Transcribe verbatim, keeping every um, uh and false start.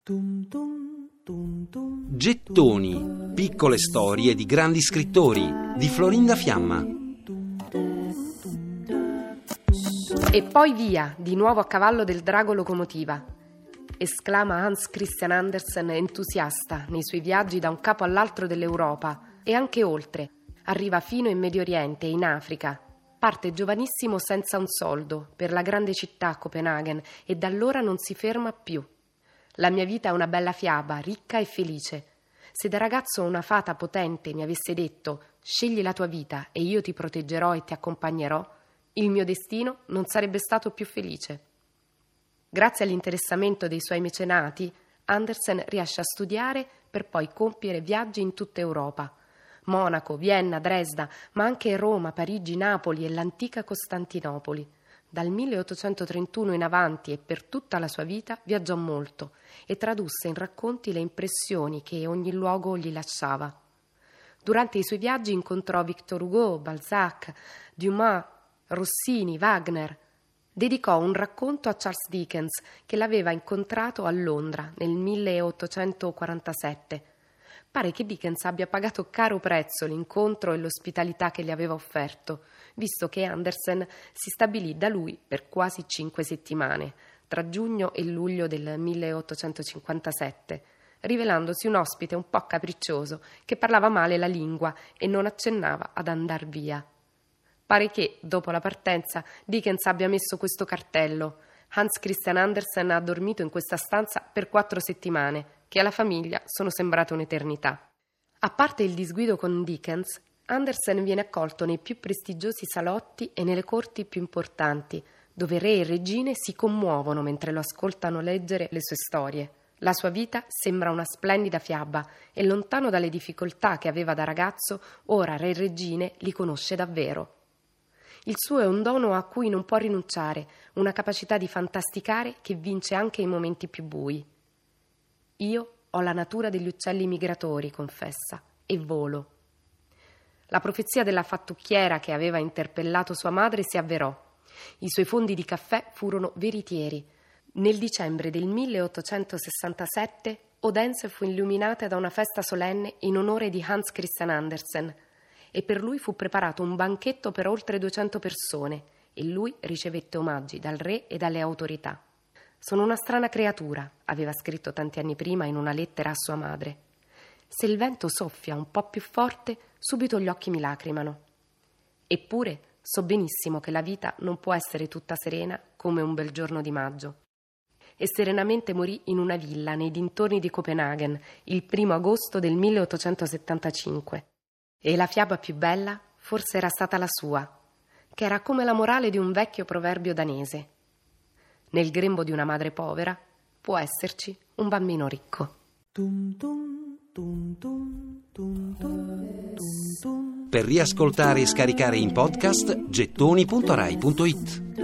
Gettoni, piccole storie di grandi scrittori di Florinda Fiamma. E poi via, di nuovo a cavallo del drago locomotiva, esclama Hans Christian Andersen entusiasta nei suoi viaggi da un capo all'altro dell'Europa e anche oltre. Arriva fino in Medio Oriente e in Africa. Parte giovanissimo senza un soldo per la grande città Copenaghen e da allora non si ferma più. La mia vita è una bella fiaba, ricca e felice. Se da ragazzo una fata potente mi avesse detto «Scegli la tua vita e io ti proteggerò e ti accompagnerò», il mio destino non sarebbe stato più felice. Grazie all'interessamento dei suoi mecenati, Andersen riesce a studiare per poi compiere viaggi in tutta Europa. Monaco, Vienna, Dresda, ma anche Roma, Parigi, Napoli e l'antica Costantinopoli. Dal milleottocentotrentuno in avanti e per tutta la sua vita viaggiò molto e tradusse in racconti le impressioni che ogni luogo gli lasciava. Durante i suoi viaggi incontrò Victor Hugo, Balzac, Dumas, Rossini, Wagner. Dedicò un racconto a Charles Dickens che l'aveva incontrato a Londra nel milleottocentoquarantasette. Pare che Dickens abbia pagato caro prezzo l'incontro e l'ospitalità che gli aveva offerto, visto che Andersen si stabilì da lui per quasi cinque settimane, tra giugno e luglio del milleottocentocinquantasette, rivelandosi un ospite un po' capriccioso che parlava male la lingua e non accennava ad andar via. Pare che, dopo la partenza, Dickens abbia messo questo cartello: Hans Christian Andersen ha dormito in questa stanza per quattro settimane, che alla famiglia sono sembrate un'eternità. A parte il disguido con Dickens, Andersen viene accolto nei più prestigiosi salotti e nelle corti più importanti, dove re e regine si commuovono mentre lo ascoltano leggere le sue storie. La sua vita sembra una splendida fiaba e, lontano dalle difficoltà che aveva da ragazzo, ora re e regine li conosce davvero. Il suo è un dono a cui non può rinunciare, una capacità di fantasticare che vince anche i momenti più bui. Io ho la natura degli uccelli migratori, confessa, e volo. La profezia della fattucchiera che aveva interpellato sua madre si avverò. I suoi fondi di caffè furono veritieri. Nel dicembre del milleottocentosessantasette Odense fu illuminata da una festa solenne in onore di Hans Christian Andersen e per lui fu preparato un banchetto per oltre duecento persone e lui ricevette omaggi dal re e dalle autorità. «Sono una strana creatura», aveva scritto tanti anni prima in una lettera a sua madre. «Se il vento soffia un po' più forte, subito gli occhi mi lacrimano. Eppure so benissimo che la vita non può essere tutta serena come un bel giorno di maggio». E serenamente morì in una villa nei dintorni di Copenaghen il primo agosto del milleottocentosettantacinque. E la fiaba più bella forse era stata la sua, che era come la morale di un vecchio proverbio danese: nel grembo di una madre povera può esserci un bambino ricco. Per riascoltare e scaricare in podcast gettoni punto rai punto it.